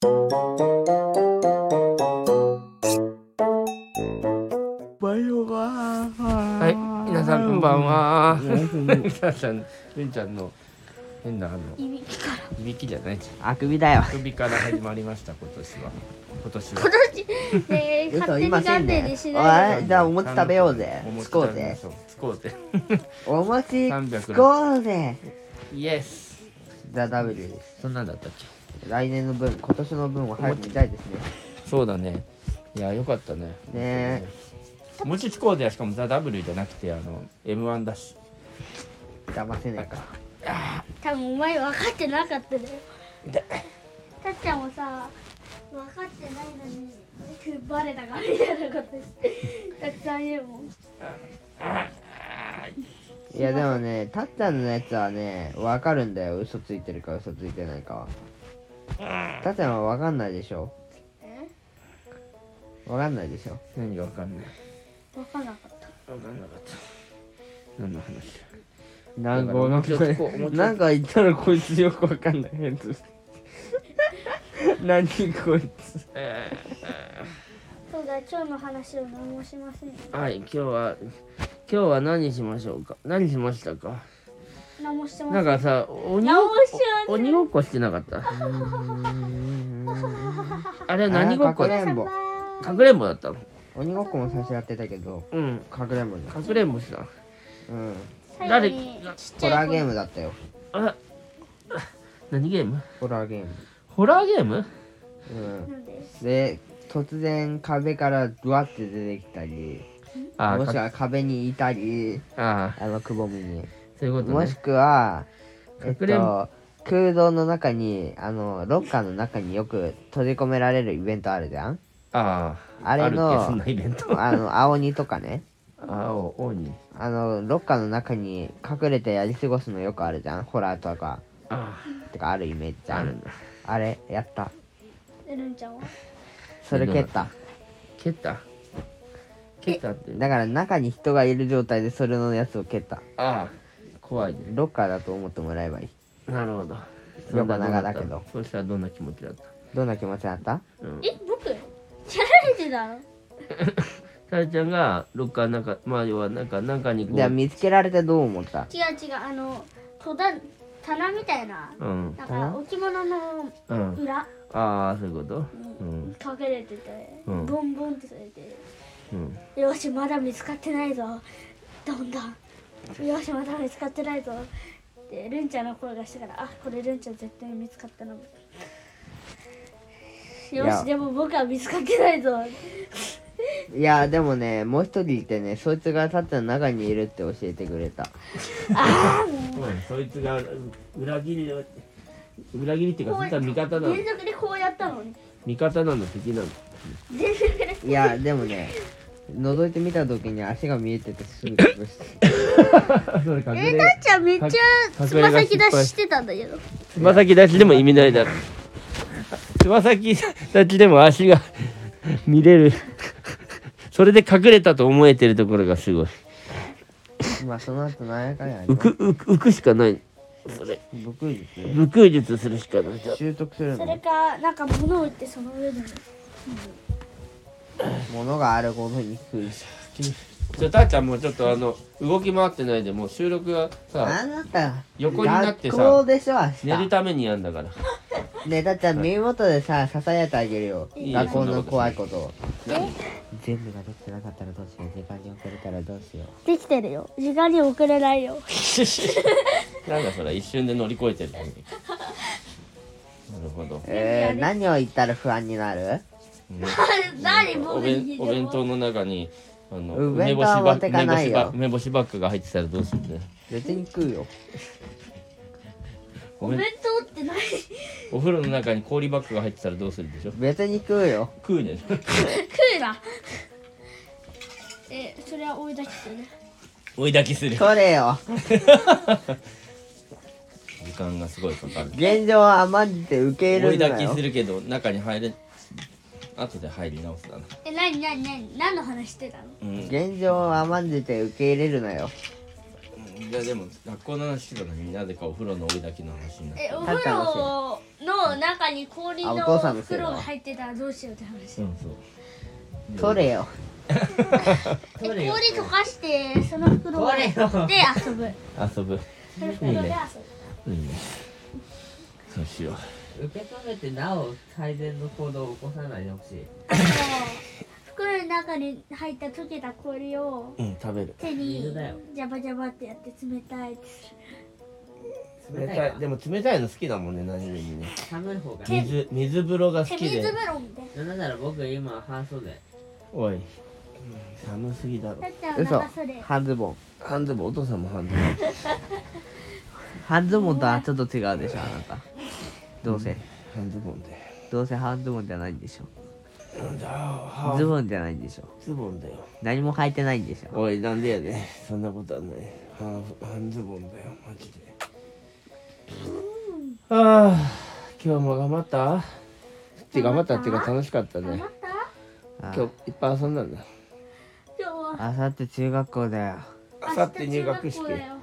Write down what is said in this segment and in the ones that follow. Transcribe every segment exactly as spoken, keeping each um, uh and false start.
はい、皆さんこんばんは。皆さん、るんちゃんの変なあのいびきからいびきじゃない。 あくびだよ。 あくびから始まりました今年は。今年は。 今年で勝手にガンデでしないあでれじゃあお餅食べようぜ。 お餅つこうぜ。 つこうぜ。 お餅さんびゃくつこうぜ。 イエス。 ザ・ W です。 そんなんだったっけ。 来年の分、今年の分を早く見たいですね。 そうだね。いやよかったね。 ねえ。 もちつこうぜはしかもザ・ W じゃなくてあの エムワン だし。 騙せないから。 多分お前分かってなかったね。たっちゃんもさ分かってないのにバレたからみたいなことたくさん言うもん。 いやでもね、たっちゃんのやつはね、わかるんだよ。嘘ついてるか嘘ついてないかは。たっちゃんはわかんないでしょ。 えわかんないでしょ。 何がわかんない。 分かんなかった。 わかんなかった。何の話。 なんかだからお餅をつこうお餅をなんか言ったらこいつよくわかんないやつ。何こいつ。 えそうだ、今日の話を何もしませんよ。 ーはい今日は今日は何しましょうか。何しましたか。 何もしてませ。 なんんかさ鬼何もしてません。 鬼ごっこしてなかった。あれ何ごっこかくれんぼ。 かくれんぼだったの。 鬼ごっこも最初やってたけど、 うんかくれんぼになかくれんぼした。 うん。 誰最後にちっちホラーゲーゃい子ムだったよ。 あ何ゲーム。 ホラーゲーム。 ホラーゲーム。 うん。 なんでで、突然壁からブワって出てきたり、 あーかもしくは壁にいたり、 ああのくぼみに。 ーそういうこともしね。 くは、えっかくれんと、空洞の中に、あの、ロッカーの中によく閉じ込められるイベントあるじゃん。 あああれのるっけそんなイベント。 あの、青鬼とかね。 青鬼。 あの、ロッカーの中に隠れてやり過ごすのよくあるじゃん。ホラーとか。 あてか、あるイメージじゃん。 ああるんだ。 あれ、やった。 えるんちゃんはそれ蹴った。 蹴った蹴ったってだから中に人がいる状態でそれのやつを蹴った。 ああ怖いね。 ロッカーだと思ってもらえばいい。 なるほど。 横長だけど。 そしたらどんな気持ちだった。 どんな気持ちだった？ うん。 え、僕やられてたの？ さやちゃんがロッカーの中、まあ要はなんか中にこう。 じゃあ見つけられてどう思った？ 違う違う、あの戸だ棚みたいな、 うん。 なんか置物のうん。 裏ああそういうこと。うにん。 隠れてて、 うんボンボンってされて、 うん。 よしまだ見つかってないぞ、どんどん、よしまだ見つかってないぞでルンちゃんの声がしてから、あ、これルンちゃん絶対見つかったの。よやし、でも僕は見つかってないぞ。 いやでもね、もう一人いてね、そいつがタッチの中にいるって教えてくれた。 ああ、もううん、そいつが裏切りで裏切りっていうか実は味方なの。 連続でこうやったのに、 味方なの敵なの。 連続でいやでもね、覗いてみた時に足が見えててすぐ隠してそれ隠え、たっちゃんめっちゃつま先出ししてたんだけど。 つま先立ちでも意味ないだろ。つま先立ちでも足が見れる。それで隠れたと思えてるところがすごい。 まあその後何やかんや浮く浮く浮くしかない。それ武空術武空術するしかない。 習得するそれの。 か、なんか物を置いてその上で。 物があることに空術。 じゃあたーちゃんもちょっとあの動き回ってないでもう収録がさあなた横になってさ学校でしょ明日。 寝るためにやんだから。 ねえ、だって耳元でさ、支えてあげるよ。 いい学校の怖いことを。 え、 全部ができてなかったらどうしよう。時間に遅れたらどうしよできてるよ。時間に遅れないよ。 なんだそれ一瞬で乗り越えてるのに。なるほどう。。えー、何を言ったら不安になる？ 何お僕に聞いても弁お弁当の中にあのお梅弁当は持って干しバ梅かないよ干しバ梅干しバッグが入ってたらどうするんだよ。 別に食うよ。 お弁当って何？ お風呂の中に氷バッグが入ってたらどうするでしょ。 別に食うよ。 食うね。 食うな。え、それは追い出してね。 追い焚きする。 それよ。 時間がすごいかかる。 現状は甘んじて受け追い入れるなよ焚きす。るけど中に入れ後で入り直すだな。 え、何何何何の話してたの？ うん。 現状は甘んじて受け入れるなよ。 いやでも学校の話してたのになぜかお風呂の追い焚きの話になってえ、お風呂のの中に氷のあお父さんのせいだ袋が入ってたらどうしようって話。 そうそう取れよえ氷溶かしてその袋取れよで遊ぶ。 遊ぶその袋で遊ぶ。 うんそうしよう受け止めてなお最善の行動を起こさないでほしい。 あと袋の中に入った溶けた氷をうん食べる手に水だよジャバジャバってやって冷たいってする。 冷たいでも冷たいの好きだもんね何よりね寒い方が水水風呂が好手きで水風呂みたいな。 なんなら僕今半袖。 おい寒すぎだろたっちゃんは嘘長袖。 半ズボン。 半ズボンお父さんも半ズボン半ズボンとはちょっと違うでしょあなた。どうせ半ズボンでどうせ半ズボンじゃないんでしょ。 なんだズボンじゃないんでしょ。 ズボンだよ何も履いてないんでしょ。 おいなんでやねそんなことはない半半ズボンだよマジでああ今日も頑張ったって頑張ったっていうか楽しかったね頑張った？ あ今日いっぱい遊んだんだ今日はあさって中学校だよ。はあさって入学式明日中学校だよ。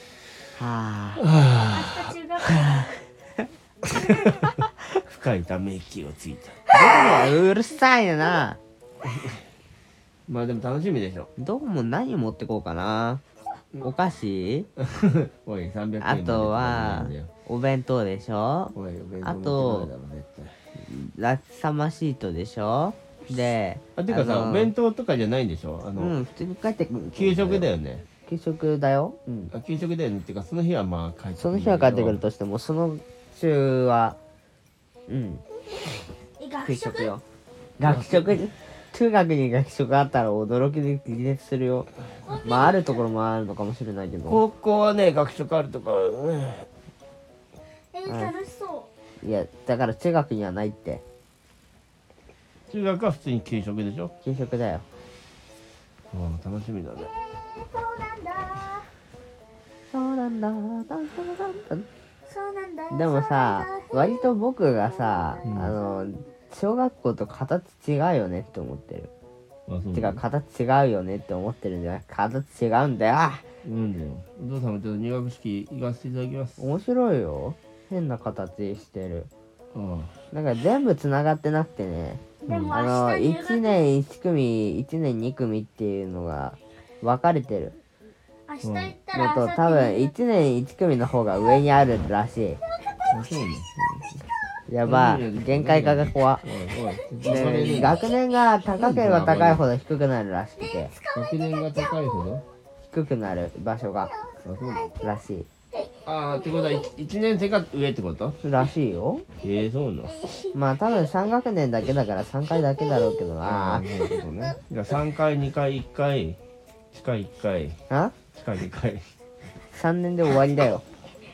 あ。 明日中学校だよ。 深いため息をついたうるさいな。 まあでも楽しみでしょどうも何持ってこうかな。お菓子？ おいさんびゃくえんあとはお弁当でしょ。 おいお弁当あ持ってとこないだろ絶対ラッサマシートでしょ。で、 あてかさのお弁当とかじゃないんでしょあの、 うん普通に帰ってくる。 給食だよね給食だよ。うん。 あ給食だよねっていうかその日はまあ帰ってくるんだけどその日は帰ってくるとしてもその週はうんえ学給食食よ。学食中学に学食あったら驚きで気絶するよ。まああるところもあるのかもしれないけど。 高校はね学食あるとか、うん、 え楽しそいやだから中学にはないって。 中学は普通に給食でしょ給食だよ。 うん楽しみだねう。そうなんだそうなんだ。だんだんだんだんそうなんだ。 でもさ割と僕がさ、 うんあの小学校と形違うよねって思ってる。 あそうてか形違うよねって思ってるんじゃない。形違うんだよ。 なんだよお父さんもちょっと入学式行かせていただきます面白いよ。変な形してる。 あなんか全部つながってなくてね。 でもあの明日入学いちねんいち組いちねんに組っていうのが分かれてる明日行ったらのと多分いちねんいち組の方が上にあるらしい。 あそうねやばい限界化が怖おいおいそれでに学年が高ければ高いほど低くなるらしくて学年が高いほど低くなる場所があそうねらしああってことはいちねん生が上ってこといらしいよ。 ええそうなのまあ多分さん学年だけだからさんかいだけだろうけどああな。 そういうことねじゃあさんかいにかいいっかい地下いっかいあ地下にかいさんねんで終わりだよ。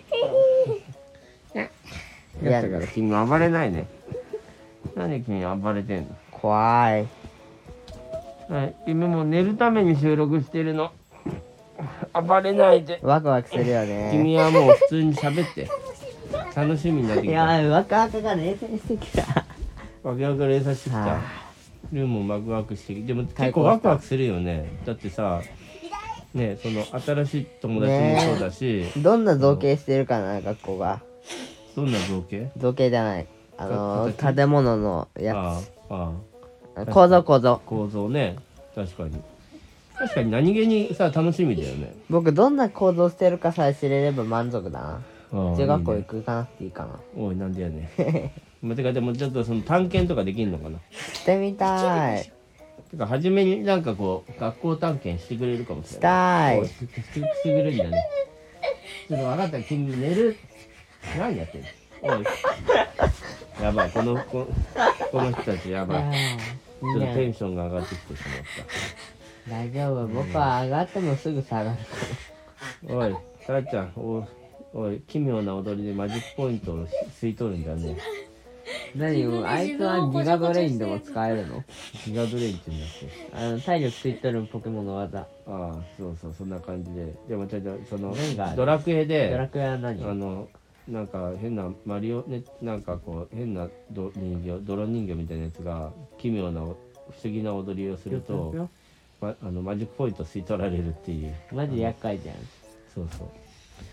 いやだから君暴れないねなんで君暴れてんの怖い。 はい君もう寝るために収録してるの暴れないでワクワクするよね。 君はもう普通に喋って楽しみになってきいたやワクワクが冷静にしてきた。 ワクワク連鎖してきはたあルーもワクワクしてきてでも結構ワクワクするよねだってさねその新しい友達もそうだし、 どんな造形してるかな学校が。 どんな造形造形じゃない。あのか形建物のやああああつ構造構造。 構造ね確かに確かに何気にさ楽しみだよね僕どんな構造してるかさえ知れれば満足だな。 ああ中学校いいね行く行かなくていいかな。 おいなんでやねんまあてかでもちょっとその探検とかできんのかなしてみたい。 てか初めになんかこう学校探検してくれるかもししれないおいたい。 してしてくれるんだねちょっと分かった君寝る何やってんのおいやばいこのここの人たちやばいちょっとテンションが上がってきてし大丈夫。僕は上がってもすぐ下がるかまったおいさあちゃんおおい奇妙な踊りでマジックポイントを吸い取るんだねら。何もあいつはギガドレインでも使えるの。 ギガドレインって言うんだっけあの体力吸い取るポケモンの技。 ああそうそうそんな感じででもちょっとその何があるドラクエでドラクエは何？ あのなんか変なマリオねなんかこう変など人形泥人形みたいなやつが奇妙な不思議な踊りをすると、ま、あのマジックポイント吸い取られるっていうマジ厄介じゃん。 そうそう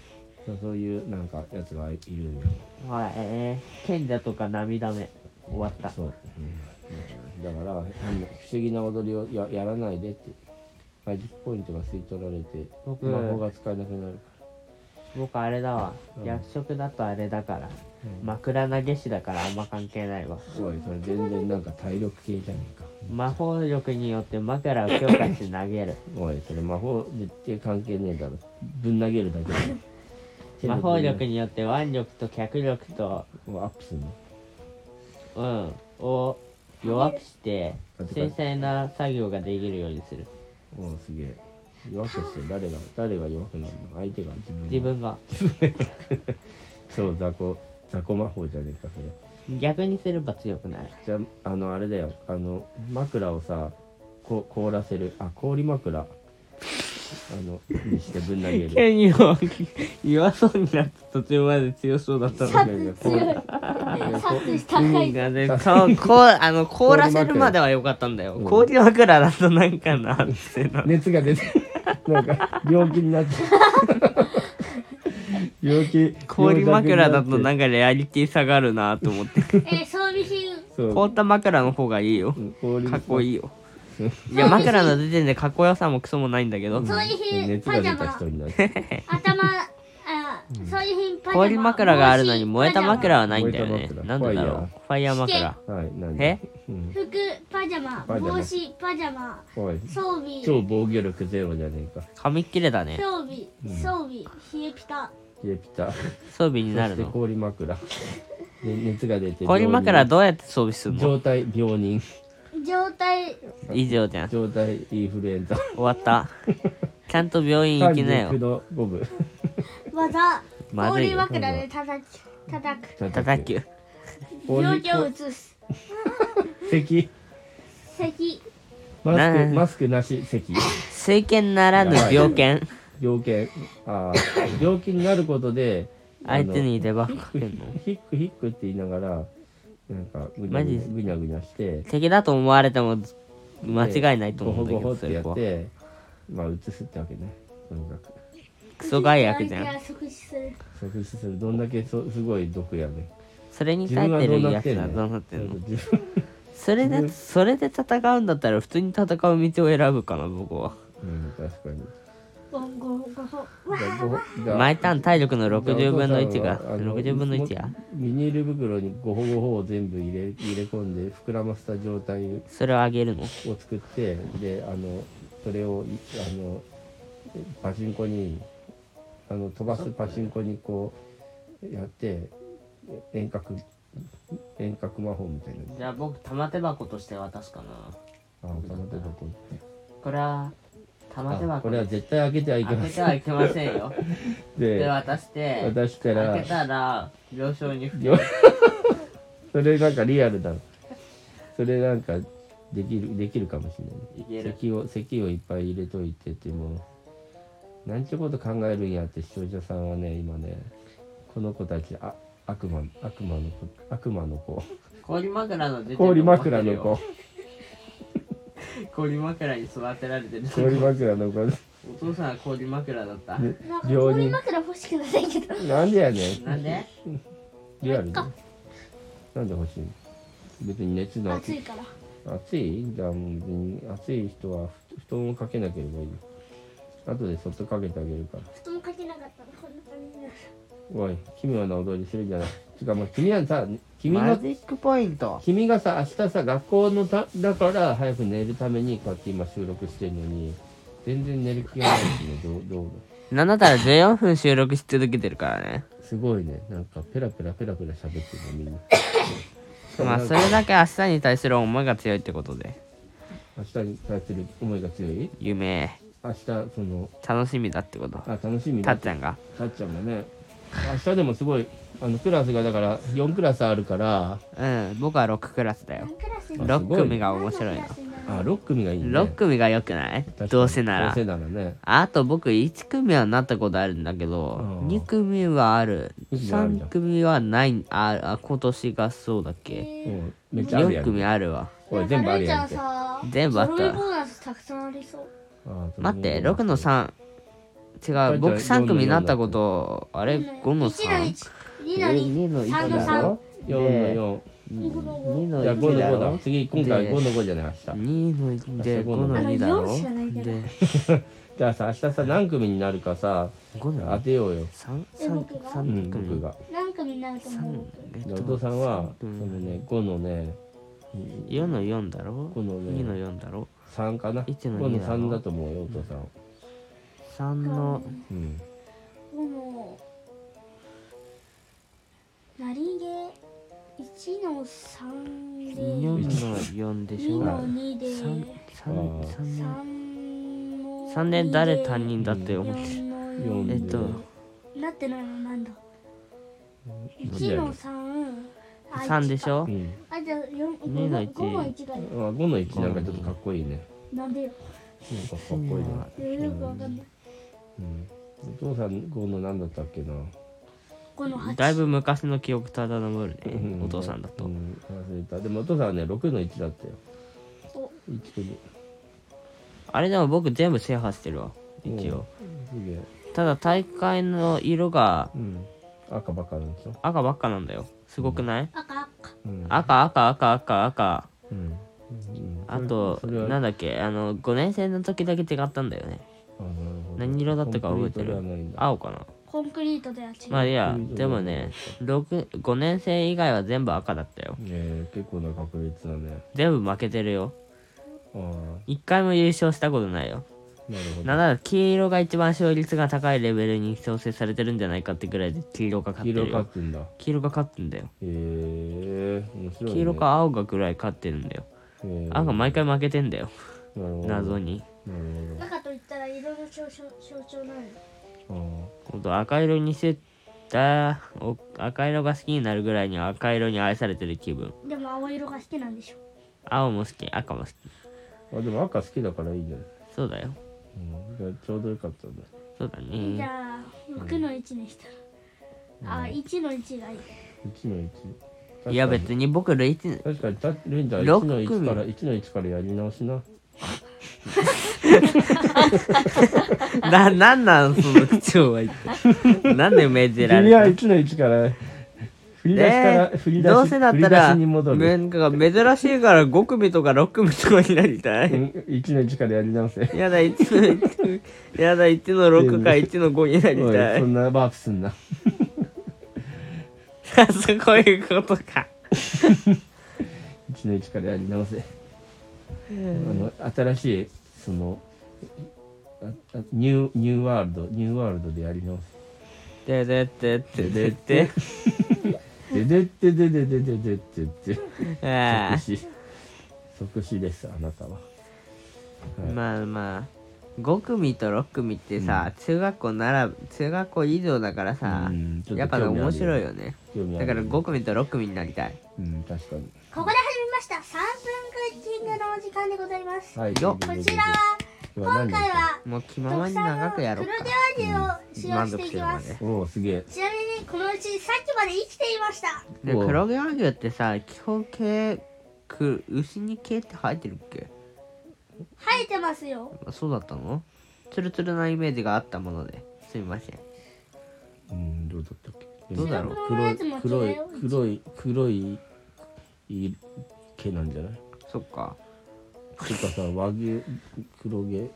そういうなんかやつがいるんよ。 はい、えー、賢者とか涙目終わった。 そう、うん、だからあの不思議な踊りを や, やらないでってマジックポイントが吸い取られて僕魔法が使えなくなるか僕あれだわ、 うん役職だとあれだから、 ら、うん、 枕投げ師だからあんま関係ないわ。 おいそれ全然なんか体力系じゃねえか。 魔法力によって枕を強化して投げる。 おいそれ魔法絶対関係ねえだろ。ぶん投げるだけだ魔法力によって腕力と脚力とアップするの。 うんを弱くしてあてか繊細な作業ができるようにする。 おうすげえ。弱くして誰が誰が弱くなるの？相手が自分が自分そう雑魚雑魚魔法じゃねえかそれ。 逆にすれば強くなる。 じゃああのあれだよあの枕をさこ凍らせるあ氷枕あのにしてぶん投げる。 急に弱そうになった途中まで強そうだったの殺に強い殺高い。 がね、そうこうあの凍らせるまでは良かったんだよ。 うん氷枕だとなんかなってな。 熱が出てなんか病気になって病気氷枕だとかなんかレアリティ下がるなと思ってえ装備品そう凍った枕の方がいいよ。 うん氷かっこいいよ。 うんいや枕の時点でかっこよさもクソもないんだけど、 装備品熱パジャマが出た人になって頭あ装備品パジャマ氷枕があるのに燃えた枕ははないんだよね。 燃えた枕なんでだろう。ファイヤー枕。 はいなんえで、うん、 服パジャマパジャマ帽子パジャマおい装備超防御力ゼロじゃねえか。 紙切れだね。 装備装備冷えピタ冷えピタ装備になるそしての。 氷枕で熱が出て氷枕どうやって装備するの？ 状態病人状態以上じゃん。 状態インフルエンザ終わった。ちゃんと病院行きなよ。 さんじゅうきゅうどごぶ技まずいよ。 氷枕で叩き叩く叩きゅう。 病気を移す咳咳マスなクマスクなし咳水拳ならぬ病犬。 病気あー病気になることで相手にデバヒックフかけんの？ ヒックヒックって言いながらなんかぐにゃマジぐにゃぐにゃぐにゃして敵だと思われても間違いないとゴ思うんだけど、 ホゴホってやそれはってまあ移すってわけね。とにかくクソ害悪じゃん。 相手が即死する即死するどんだけそすごい毒やね。 それに自分はどう耐えてるなってんのやつはどうなってんの？ 自分それで自分それで戦うんだったら普通に戦う道を選ぶかな僕は。 うん確かに。 ゴンゴンゴンわじゃあごじゃあ毎ターン体力のろくじゅうぶんのいちがじゃあお父さんはあのろくじゅうぶんのいちや。 ビニール袋にゴホゴホを全部入れ入れ込んで膨らませた状態をそれをあげるの？ 作ってであのそれをいあのパチンコにあの飛ばすパチンコにこうやって遠隔遠隔魔法みたいな。 じゃあ僕玉手箱として渡すかな。 あ玉手箱これは玉手箱あこれは絶対開けてはいけません。 開けてはいけませんよ。でで渡して渡したら開けたら病床に吹きよそれなんかリアルだ。それなんかできるできるかもしれない。 いける。 咳を咳をいっぱい入れといててもなんちゅうこと考えるんやって視聴者さんはね今ねこの子たちあ悪魔悪魔の子悪魔の子氷枕の出てる氷枕の子氷枕に育てられてる。 氷枕の子お父さんは氷枕だった。 でなんか病人氷枕欲しくないけどなんでやねんなんで？ リアルでなんで欲しいの別に熱の暑いから暑いじゃあもう別に暑い人は布団をかけなければいいよ後でそっとかけてあげるから布団かけなかったらこんな感じになるおい奇妙な踊りするじゃないつかもう君はさ君マのジックポイント。 君がさ明日さ学校のただから早く寝るためにこうやって今収録してるのに全然寝る気がないしねどうどうなんだったらじゅうよんぷん収録し続けてるからね。 すごいねなんかペラペラペラペラ喋ってるのみんなまあそれだけ明日に対する思いが強いってことで。 明日に対する思いが強い夢明日その楽しみだってこと。 あ楽しみだたっちゃんが。 たっちゃんがね明日でもすごいあのクラスがだからよんクラスあるからうん僕はろくクラスだよ。 クラスにあろく組が面白いの。 あろっ組がいいねろく組が良くない？ 確かにどうせならどうせならねあと僕いち組はなったことあるんだけどうんに組はあるに組あるじゃんさん組はないああ今年がそうだっけうんめっちゃあるやよんん組あるわ。 おい全部あるやんけちゃんさ全部あったゾロ目ボーナスたくさんありそうあー待ってろくのさん違う、僕さん組になったこと、あれごのさん？ いちのいち、にのに、さんのさん。 よんのよにのん。じゃあごのいちだごだ。 ろ。 次、今回ごのごじゃない、明日。 にのいちでごのにだろ。 あのよんしかないけどでじゃあさ、明日さ、何組になるかさ、 ごの当てようよ。 さん、 えさん、 僕がさうんん、 組僕が。 何組になると思う？ えっでお父さんは、そうんのね、ごのね、 よのよんだろ。 ごのねにのよんだろ。 さんかな。 いちのごのにだろさんだと思うよ、お父さん。 さんのうん。 このなりげいちのさんでよんのよんでしにょ。 のにでさん、さん、さんねん。 さんのさんねん誰担任だって思って。 よんのよんでえっとなってないのなんだいちのさんあさんでしょう。ん。 あじゃあよんにのいちごのいちがいいあ、ごのいちなんかちょっとかっこいいね。 なんでよなんかかっこいいね。 よくわかんないうん。お父さんごの何だったっけな。 ごのはちだいぶ昔の記憶ただ登るうね、 んお父さんだと。 うん、忘れた。でもお父さんはね、ろくのいちだったよ。 おいち組。 あれでも僕全部制覇してるわ、一応。 すげえ。 ただ大会の色がうん。赤ばっかなんでしょ。 赤ばっかなんだよ。すごくない？ 赤赤うん。 赤赤赤赤赤。 うん。うん。 あとそれはなんだっけ、あのごねん生の時だけ違ったんだよね。 あ、なるほど。 何色だったか覚えてるコンプリートではないん？だ。 青かな。 コンクリートでは違うまあいやコンクリートでもね、ろく ごねん生以外は全部赤だったよ。 ええ、結構な確率だね。 全部負けてるよ。 ああ、 一回も優勝したことないよ。 なるほど。 なんなら黄色が一番勝率が高いレベルに調整されてるんじゃないかってぐらいで黄色が勝黄色ってるよ。 勝ってんだ。 黄色が勝ってんだよ。 ええ、面白いね。 黄色か青がぐらい勝ってるんだよ。 ええ。 青が毎回負けてんだよ。 なるほど。 謎に。 なる赤と言ったら色の象徴象徴なのほど。 ほんと赤色にしたお赤色が好きになるぐらいに赤色に愛されてる気分。 でも青色が好きなんでしょ青も好き、赤も好き。 ああ、でも赤好きだからいいじゃん。 そうだよ。 うん。じゃあちょうどよかったね。 そうだじね。 ゃあろくのいちにしたらあいちのいちがいいいちのいち。 いや別に僕ルイチ確かにたレンジャーろいちのいちく組からいちのいちからやり直しな。 な、なんなんその口調は一体。なんで命じら君はれいちのいちから振り出しから、 えー振り出しどうせだった振りら、 出しに戻る。 なんか珍しいからご組とかろく組とかになりたい。 うんいちのいちからやり直せ。 やだ、いちのいち、やだ、いちのろくかいちのごになりおいたい。 そんなワープすんな。 そういうことか。 いちのいちからやり直せ。あの新しいそのああニューニューワールドニューワールドでやり直ででってってせ。 でって。 ででってでででででってってあ即死即死ですあなたは。 あ、まあまあ。ご組とろく組ってさ、中学校なら、中学校以上だからさう、んちょっとやっぱね興味ある面白いよね。 興味あるだからご組とろく組になりたい。 うん確かに。 ここで始めましたさんぷんクッキングのお時間でございますはい。 よこちらは今回はもう気ままに長くやろうか。 特産の黒毛和牛を使用していきますおおすげえ。 ちなみにこのうちさっきまで生きていましたでおう黒毛和牛ってさ、基本毛く牛に毛って生えてるっけ？ 生えてますよあそうだったの？ツルツルなイメージがあったものですみません。 うんどうだったっけ。 どうだろう白黒のやつも黒い違うよ黒い黒い黒い毛なんじゃない。 そっか。 とかさ和牛黒毛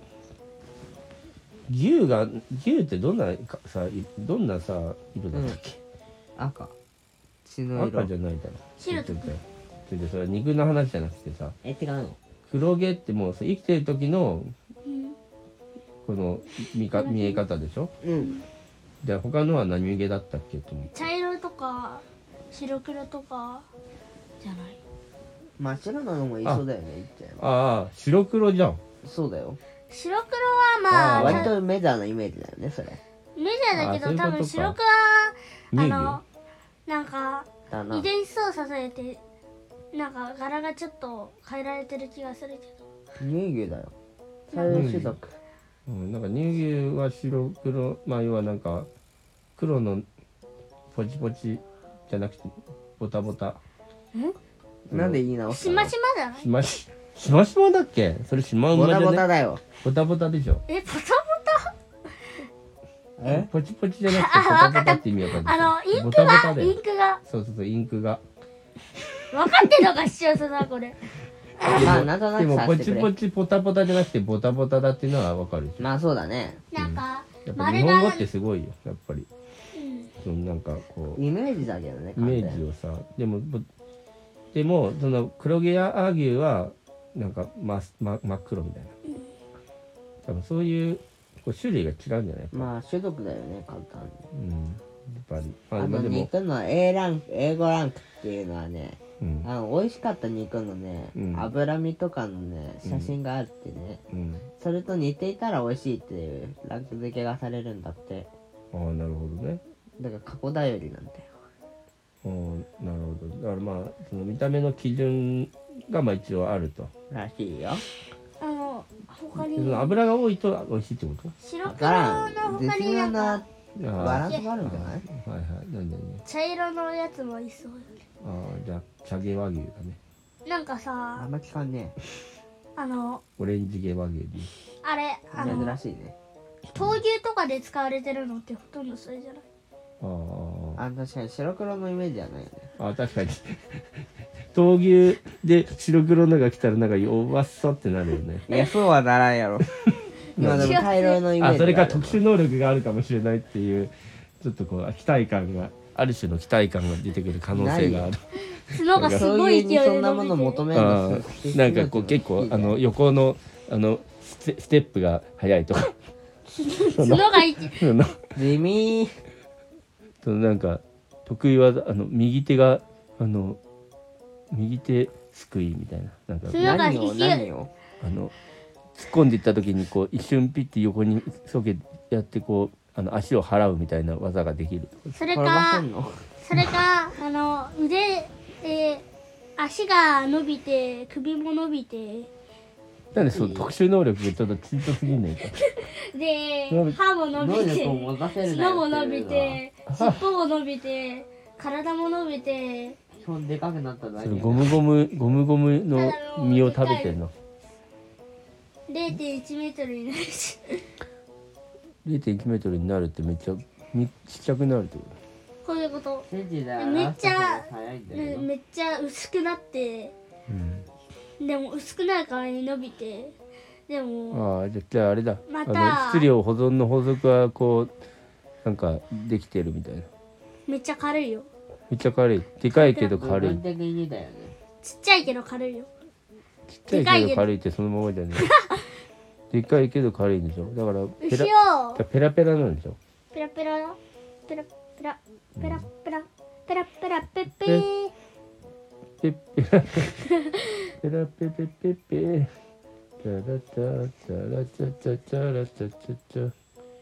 牛が牛ってどんなかさいどんなさ色だったっけ。 赤。血の色。 赤じゃないだろ。 白とちょっと待ってそれは肉の話じゃなくてさえ、違うの？ 黒毛ってもうさ生きてる時のうんこの見か見え方でしょ。 うん。 じゃあ他のは何毛だったっけと思って。 茶色とか白黒とかじゃない真っ白なのもいそうだよね、言っちゃえば。 ああ白黒じゃん。 そうだよ。 白黒はまああー割とメジャーなイメージだよね、それ。 メジャーだけど多あーそういうことか分白黒は乳牛あのなんかだな遺。伝子操作されてなんか柄がちょっと変えられてる気がするけど乳牛だよ。茶色種族。 うん、なんか乳牛は白黒まあ要はなんか黒のポチポチじゃなくてボタボタなんで言い直したの？ しましまじゃないしまししましまだっけ。それしまうボタまじゃね。 ボタだよ。 ボタボタでしょ。 えボタボタえポチポチじゃなくてポタポタって意味わかるでしょ。 あのインクボタボタがだよ。 インクがそうそうそう、インクが。 分かってんのか視聴者さんこれ。 まあなんとなくでもポさせてくれチポチポタポタじゃなくてボタボタだっていうのはわかるでしょ。 まあそうだね。 なんかやっぱ丸が日本語ってすごいよ、やっぱり。 うんそのなんかこうイメージだけどねイメージをさ、でもぼでもその黒毛和牛はなんか真真真っ黒みたいな。多分そういうこう種類が違うんじゃない？ まあ種族だよね簡単に。 うん。やっぱり。まああのまあでも。 肉の A ランク エーご ランクっていうのはね、 うん。 あの美味しかった肉のね、 うん脂身とかのね写真があってね、 うん。 それと似ていたら美味しいっていうランク付けがされるんだって。 ああ、なるほどね。 だから過去だよりなんだよ。 ああ、なるほど。だからまあその見た目の基準がまあ一応あると。 らしいよ。 あの他でそのに油が多いと美味しいってこと？ 白黒だからの絶他になん妙なかバランスがあるんじゃない？ はいはい。何何？ 茶色のやつもいそうよああ、じゃあ茶毛和牛だね。 なんかあさんま聞かんねあのオレンジ毛和牛で。 あれあえ。 の珍しいね。 闘牛とかで使われてるのってほとんどそれじゃない？ ああ。 あ確かに白黒のイメージはないよね。 あ、確かに。闘牛で白黒のが来たらなんか弱そうってなるよね。 いやそうはならんやろ。まあでも大量のイメージあ、それかがある特殊能力があるかもしれないっていう、ちょっとこう期待感が、ある種の期待感が出てくる可能性がある。 角がすごい勢いでそういうにそんなもの伸びて求めるあのーなんかこう結構あの横のあのステステップが速いとか。 角がいその地味。 そのなんか得意技あの右手があの右手すくいみたいななんか角が何を引き何をあの突っ込んでいった時にこう一瞬ピッて横にそけやってこうあの足を払うみたいな技ができる。 それ転がかせんの？ それかあの腕えー足が伸びて首も伸びてなんでそう特殊能力がちょっとチートすぎないか。 で伸び歯も伸び能力をて持たせるなよ角も伸っていうのはびて尻尾も伸びて体も伸びて基本でかくなっただけそのゴムゴムゴムゴムの実を食べてんの。 れいてんいちメートルになるしれいてんいちメートルになるってめっちゃみちっちゃくなるってここういうことセンチでめっちゃ早いんだけど。 めめっちゃ薄くなってと。 でも薄くなる代わりに伸びてでもああ、じゃじゃああれだ。 またあの質量保存の法則はこうなんかできてるみたいな。 めっちゃ軽いよめっちゃ軽い。でかいけど軽い。 部分的にだよね。 ちっちゃいけど軽いよちっちゃいけど軽いってそのままじゃねえ。でかいけど軽いんでしょ。だからペ牛ラをペラペラなんでしょ。 ペラペラペラペラペラペラペラペラペッペーペッペラペラペペペペチャラチャチャラチャチャチャラチャチャチャ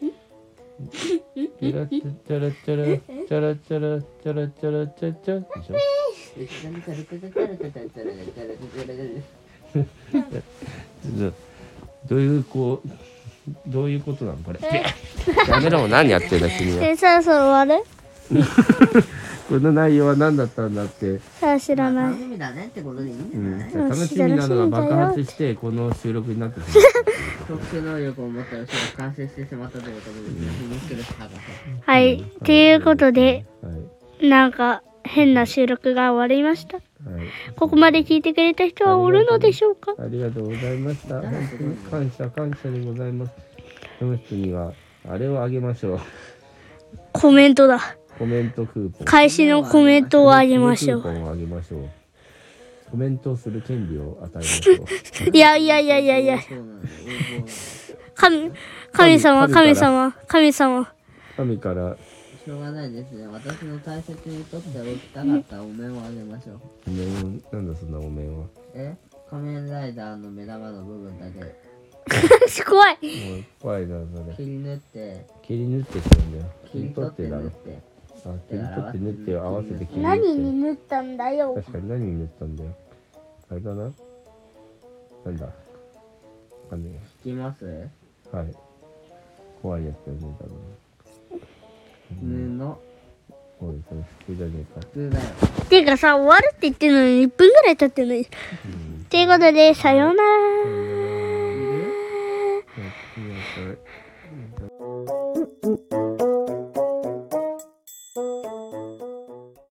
チャラチャチャラチャラチャラチャラチャラチャラチャチャでしょ。どういうこうどういうことなのこれ。やめろ、何やってんだ君は。 えそろそろ終わるこの内容は何だったんだって。 さあ知らない楽しみだねってことでいいんじうゃない？ ん、楽しみなのが爆発してこの収録になってし特殊能力を持った牛が完成してしまったということで、面白い博士。 はいっていうことでまう。はいなんか変な収録が終わりましたはい。 ここまで聞いてくれた人はおるのでしょうかありがとうございました。本当に感謝感謝でございます。その人にはあれをあげましょう。 コメントだコメントクーポン。 開始のコメントをあげましょうクーポンをあげましょう。コメントをする権利を与えましょう。 いやいやいやいやいやそうなんだよ。 神神様神様神様神からしょうがないですね。私の大切にとっておきたかったお面をあげましょう。 お面なんだそんなお面は。 え仮面ライダーの目玉の部分だけ怖いもう怖いなそれ。 切り縫って、 切り縫ってって言うんだよ。切り切り取ってて取っだろ。 縫って。 あ、切り取って縫って合わせて切り縫って。 何に縫ったんだよ確かに何に塗ったんだよ。あれだな。なんだ。わかんね引きますえ。はい。怖いやつだよね、多分。 布、 おい、それ普通じゃねえか。 普通だよ。 ていうかさ終わるって言ってるのにいっぷんぐらい経ってるのにということでさようなら